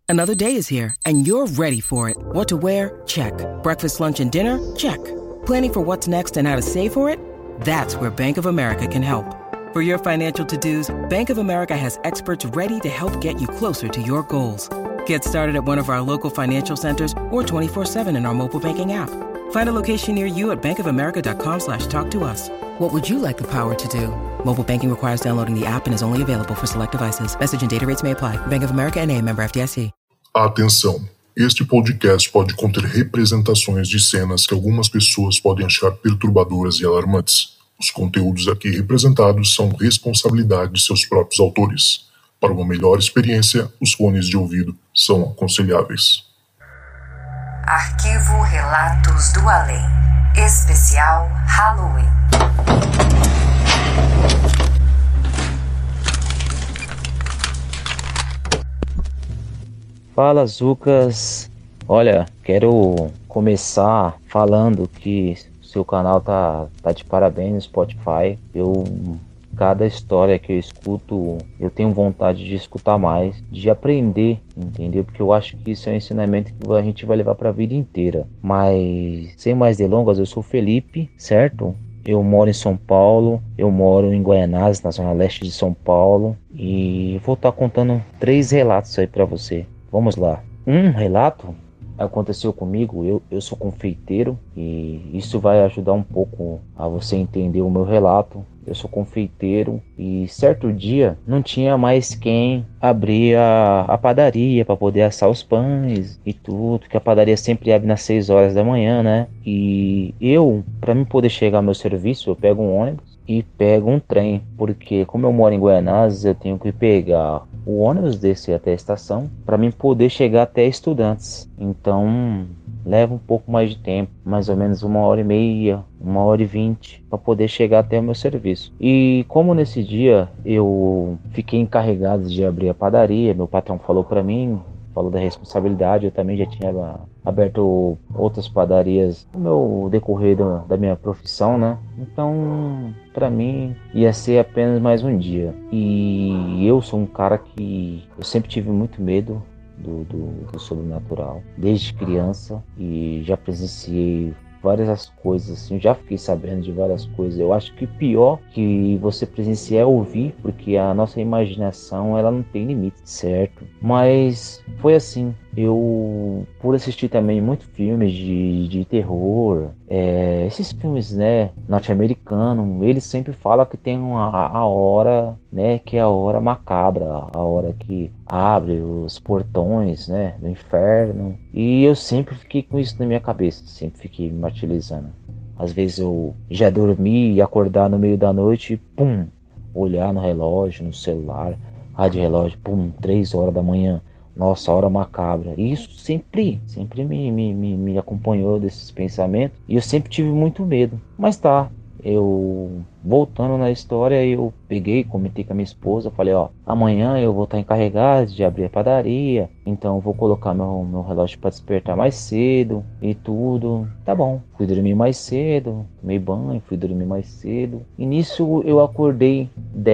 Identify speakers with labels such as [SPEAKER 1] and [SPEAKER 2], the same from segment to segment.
[SPEAKER 1] Another day is here, and you're ready for it. What to wear? Check. Breakfast, lunch, and dinner? Check. Planning for what's next and how to save for it? That's where Bank of America can help. For your financial to-dos, Bank of America has experts ready to help get you closer to your goals. Get started at one of our local financial centers or 24/7 in our mobile banking app. Find a location near you at bankofamerica.com/talktous. What would you like the power to do? Mobile banking requires downloading the app and is only available for select devices. Message and data rates may apply. Bank of America N.A., member FDIC.
[SPEAKER 2] Atenção! Este podcast pode conter representações de cenas que algumas pessoas podem achar perturbadoras e alarmantes. Os conteúdos aqui representados são responsabilidade de seus próprios autores. Para uma melhor experiência, os fones de ouvido são aconselháveis.
[SPEAKER 3] Arquivo Relatos do Além. Especial Halloween.
[SPEAKER 4] Fala, Zucas. Olha, quero começar falando que seu canal tá de parabéns no Spotify. Cada história que eu escuto, eu tenho vontade de escutar mais, de aprender, entendeu? Porque eu acho que isso é um ensinamento que a gente vai levar para a vida inteira. Mas, sem mais delongas, eu sou o Felipe, certo? Eu moro em São Paulo, eu moro em Guaianazes, na zona leste de São Paulo. E vou estar contando 3 relatos aí para você. Vamos lá. Um relato aconteceu comigo, eu sou confeiteiro e isso vai ajudar um pouco a você entender o meu relato. Eu sou confeiteiro e certo dia não tinha mais quem abrir a padaria para poder assar os pães e tudo, que a padaria sempre abre nas 6 horas da manhã, né? E para mim poder chegar ao meu serviço, eu pego um ônibus e pego um trem, porque como eu moro em Guaianazes, eu tenho que pegar o ônibus, descer até a estação, para mim poder chegar até Estudantes. Então leva um pouco mais de tempo, mais ou menos 1h30, 1h20, para poder chegar até o meu serviço. E como nesse dia eu fiquei encarregado de abrir a padaria, meu patrão falou para mim, falou da responsabilidade, eu também já tinha aberto outras padarias no meu decorrer da minha profissão, né? Então, para mim, ia ser apenas mais um dia. E eu sou um cara que eu sempre tive muito medo do sobrenatural, desde criança, e já presenciei várias coisas, assim, já fiquei sabendo de várias coisas. Eu acho que o pior que você presenciar é ouvir, porque a nossa imaginação, ela não tem limite, certo? Mas foi assim, por assistir também muitos filmes de terror, esses filmes, né, norte-americanos, eles sempre falam que tem a hora, né, que é a hora macabra, a hora que abre os portões, né, do inferno. E eu sempre fiquei com isso na minha cabeça, sempre fiquei me martirizando. Às vezes eu já dormi e acordar no meio da noite e pum, olhar no relógio, no celular, rádio relógio, pum, 3 horas da manhã. Nossa, hora macabra. E isso sempre me acompanhou desses pensamentos. E eu sempre tive muito medo. Mas tá, voltando na história, eu comentei com a minha esposa, falei, amanhã eu vou estar encarregado de abrir a padaria, então eu vou colocar meu relógio para despertar mais cedo e tudo. Tá bom, fui dormir mais cedo, tomei banho, fui dormir mais cedo. E nisso eu acordei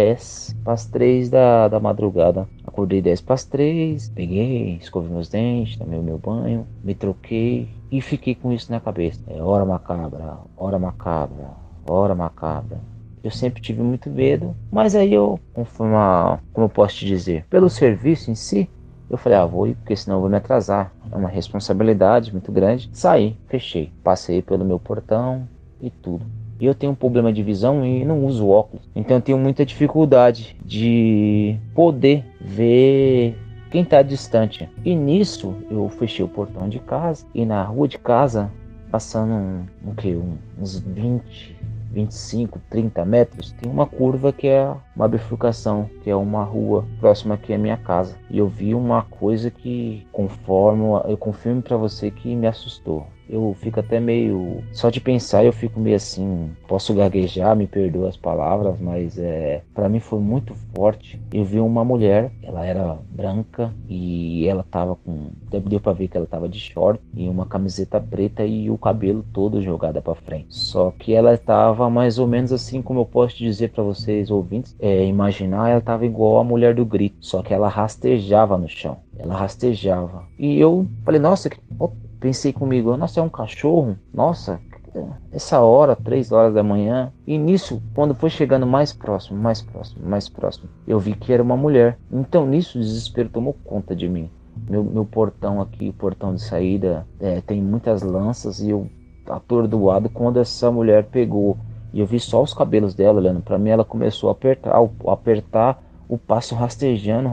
[SPEAKER 4] 10:03 da madrugada. Acordei 10:03, peguei, escovei meus dentes, tomei o meu banho, me troquei e fiquei com isso na cabeça. Hora macabra, hora macabra, hora macabra. Eu sempre tive muito medo, mas aí como eu posso te dizer, pelo serviço em si, eu falei, vou ir, porque senão eu vou me atrasar. É uma responsabilidade muito grande. Saí, fechei, passei pelo meu portão e tudo. E eu tenho um problema de visão e não uso óculos, então eu tenho muita dificuldade de poder ver quem está distante. E nisso eu fechei o portão de casa e na rua de casa, passando uns 20, 25, 30 metros, tem uma curva que é uma bifurcação, que é uma rua próxima aqui à minha casa. E eu vi uma coisa que, eu confirmo para você que me assustou. eu fico até meio... Só de pensar eu fico meio assim, posso gaguejar, me perdoa as palavras, mas para mim foi muito forte. Eu vi uma mulher, ela era branca e ela tava com... Deu pra ver que ela tava de short e uma camiseta preta e o cabelo todo jogado pra frente. Só que ela tava mais ou menos assim, como eu posso dizer pra vocês ouvintes, imaginar, ela tava igual a mulher do grito, só que ela rastejava no chão. Ela rastejava. E eu falei, nossa, pensei comigo, nossa, é um cachorro? Nossa, essa hora, 3 horas da manhã. E nisso, quando foi chegando mais próximo, eu vi que era uma mulher. Então nisso o desespero tomou conta de mim. Meu portão aqui, o portão de saída, tem muitas lanças e eu atordoado quando essa mulher pegou. E eu vi só os cabelos dela olhando para mim, ela começou a apertar o passo rastejando.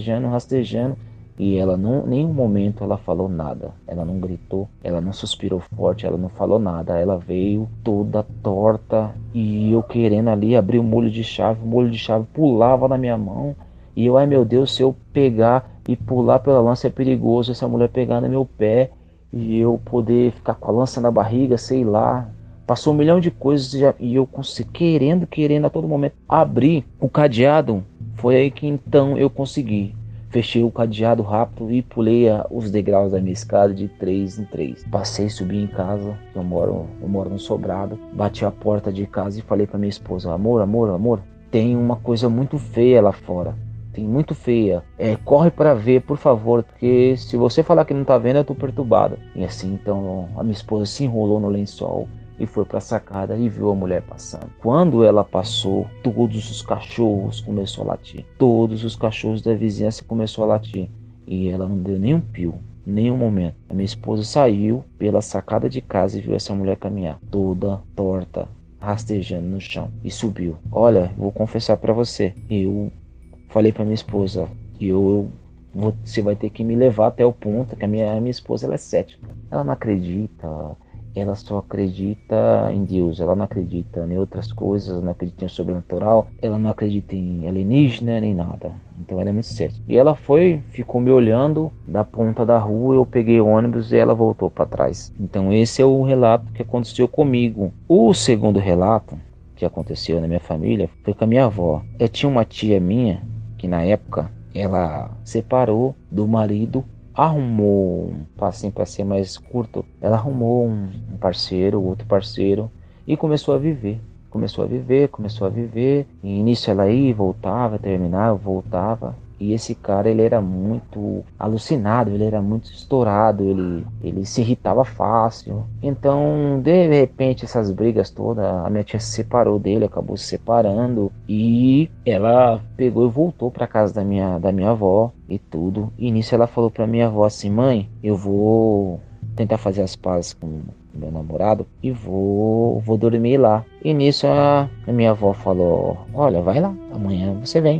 [SPEAKER 4] E ela não, nenhum momento ela falou nada, ela não gritou, ela não suspirou forte, ela não falou nada, ela veio toda torta e eu querendo ali abrir o molho de chave pulava na minha mão e eu, ai meu Deus, se eu pegar e pular pela lança é perigoso, essa mulher pegar no meu pé e eu poder ficar com a lança na barriga, sei lá. Passou um milhão de coisas e eu consegui, querendo a todo momento abrir o cadeado. Foi aí que então eu consegui. Fechei o cadeado rápido e pulei os degraus da minha escada de 3 em 3. Passei, subi em casa, eu moro no sobrado. Bati a porta de casa e falei pra minha esposa, amor, tem uma coisa muito feia lá fora. Tem muito feia. Corre pra ver, por favor, porque se você falar que não tá vendo, eu tô perturbada. E assim, então, a minha esposa se enrolou no lençol e foi para a sacada e viu a mulher passando. Quando ela passou, todos os cachorros começaram a latir. Todos os cachorros da vizinhança começaram a latir. E ela não deu nem um pio, nenhum momento. A minha esposa saiu pela sacada de casa e viu essa mulher caminhar, toda torta, rastejando no chão. E subiu. Olha, vou confessar para você. Eu falei para minha esposa, você vai ter que me levar até o ponto, que a minha esposa ela é cética. Ela não acredita. Ela só acredita em Deus, ela não acredita em outras coisas, não acredita em sobrenatural, ela não acredita em alienígena nem nada. Então ela é muito cética. E ela ficou me olhando da ponta da rua, eu peguei o ônibus e ela voltou para trás. Então esse é o relato que aconteceu comigo. O segundo relato que aconteceu na minha família foi com a minha avó. Eu tinha uma tia minha que na época ela separou do marido, arrumou, assim para ser mais curto, ela arrumou um parceiro, outro parceiro e começou a viver. E início ela ia, voltava, terminava, voltava. E esse cara, ele era muito alucinado, ele era muito estourado, ele se irritava fácil. Então, de repente, essas brigas todas, a minha tia se separou dele, acabou se separando. E ela pegou e voltou para casa da minha avó e tudo. E nisso ela falou para minha avó assim, mãe, eu vou tentar fazer as pazes com meu namorado e vou dormir lá. E nisso a minha avó falou, olha, vai lá, amanhã você vem.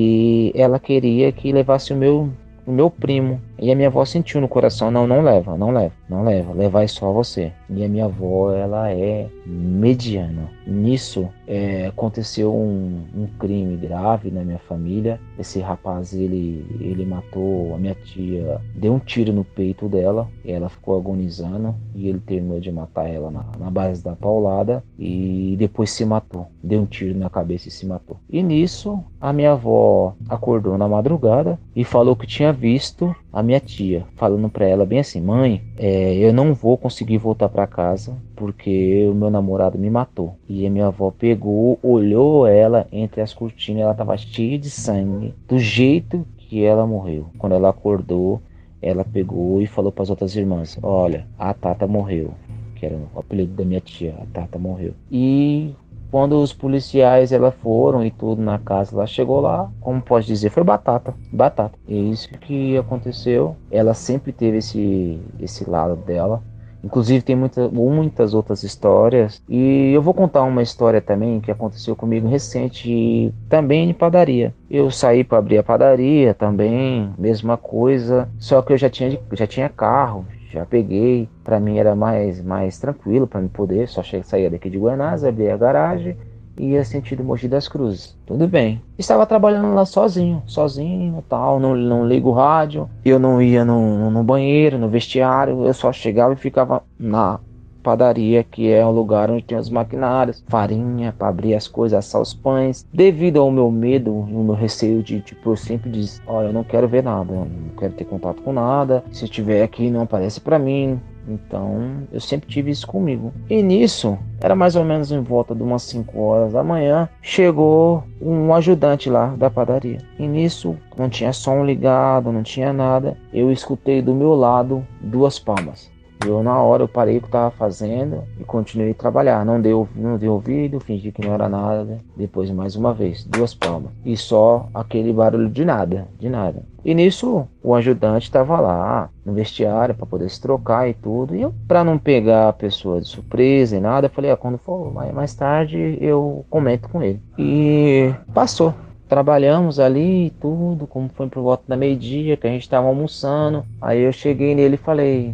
[SPEAKER 4] E ela queria que levasse o meu primo. E a minha avó sentiu no coração, não leva, levar é só você. E a minha avó, ela é mediana. Nisso aconteceu um crime grave na minha família. Esse rapaz, ele matou a minha tia, deu um tiro no peito dela, e ela ficou agonizando, e ele terminou de matar ela na base da paulada, e depois se matou, deu um tiro na cabeça e se matou. E nisso, a minha avó acordou na madrugada e falou que tinha visto a minha tia, falando pra ela bem assim, mãe, eu não vou conseguir voltar pra casa porque o meu namorado me matou. E a minha avó pegou, olhou ela entre as cortinas, ela tava cheia de sangue, do jeito que ela morreu. Quando ela acordou, ela pegou e falou para as outras irmãs, olha, a Tata morreu, que era o apelido da minha tia, a Tata morreu. E quando os policiais foram e tudo na casa, ela chegou lá, como pode dizer, foi batata. É isso que aconteceu. Ela sempre teve esse lado dela. Inclusive tem muitas outras histórias. E eu vou contar uma história também que aconteceu comigo recente, também em padaria. Eu saí para abrir a padaria também, mesma coisa. Só que eu já tinha carro. Já peguei, para mim era mais tranquilo para me poder, só saía daqui de Guanás, abria a garagem ia sentido Mogi das Cruzes. Tudo bem. Estava trabalhando lá sozinho, tal, não ligo o rádio, eu não ia no banheiro, no vestiário, eu só chegava e ficava na padaria, que é um lugar onde tem os maquinários, farinha para abrir as coisas, assar os pães. Devido ao meu medo, o meu receio de, tipo, eu sempre disse, olha, eu não quero ver nada, eu não quero ter contato com nada, se estiver aqui não aparece para mim. Então eu sempre tive isso comigo. E nisso, era mais ou menos em volta de umas 5 horas da manhã, chegou um ajudante lá da padaria. E nisso, não tinha som ligado, não tinha nada. Eu escutei do meu lado 2 palmas. Eu, na hora, eu parei o que estava fazendo e continuei a trabalhar. Não dei ouvido, fingi que não era nada. Depois, mais uma vez, 2 palmas. E só aquele barulho de nada. E nisso, o ajudante estava lá no vestiário para poder se trocar e tudo. E eu, para não pegar a pessoa de surpresa e nada, eu falei, quando for mais tarde, eu comento com ele. E passou. Trabalhamos ali e tudo, como foi por volta da meio-dia, que a gente estava almoçando. Aí eu cheguei nele e falei,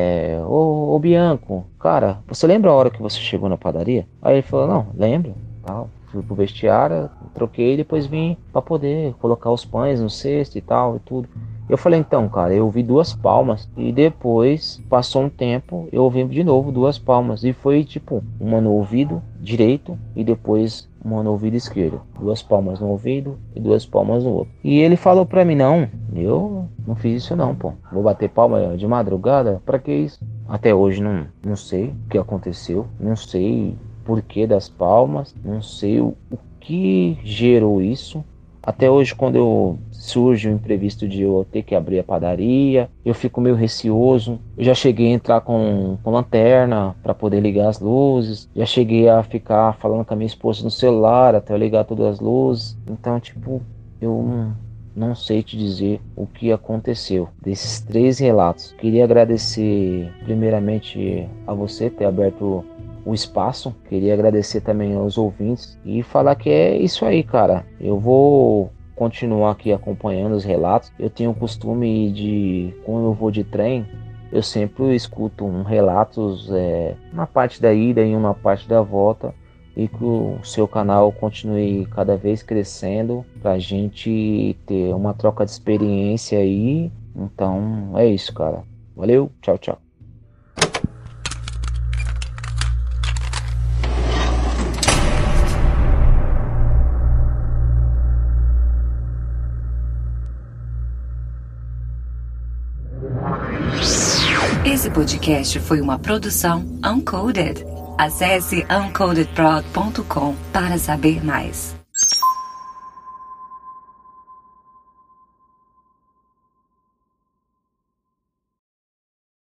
[SPEAKER 4] ô Bianco, cara, você lembra a hora que você chegou na padaria? Aí ele falou, não, lembro, tal. Fui pro vestiário, troquei e depois vim para poder colocar os pães no cesto e tal e tudo. Eu falei, então, cara, eu ouvi 2 palmas e depois passou um tempo, eu ouvi de novo 2 palmas e foi tipo uma no ouvido direito e depois uma no ouvido esquerdo, 2 palmas no ouvido e 2 palmas no outro. E ele falou pra mim, não, eu não fiz isso não, pô, vou bater palma de madrugada, pra que isso? Até hoje não sei o que aconteceu, não sei porquê das palmas, não sei o que gerou isso. Até hoje, quando surge o imprevisto de eu ter que abrir a padaria, eu fico meio receoso. Eu já cheguei a entrar com lanterna para poder ligar as luzes. Já cheguei a ficar falando com a minha esposa no celular até eu ligar todas as luzes. Então, tipo, eu não sei te dizer o que aconteceu desses 3 relatos. Queria agradecer primeiramente a você ter aberto o espaço, queria agradecer também aos ouvintes e falar que é isso aí, cara. Eu vou continuar aqui acompanhando os relatos. Eu tenho o costume de, quando eu vou de trem, eu sempre escuto relatos na parte da ida e uma parte da volta, e que o seu canal continue cada vez crescendo pra gente ter uma troca de experiência aí. Então é isso, cara. Valeu, tchau, tchau.
[SPEAKER 3] Esse podcast foi uma produção Uncoded. Acesse uncodedprod.com para saber mais.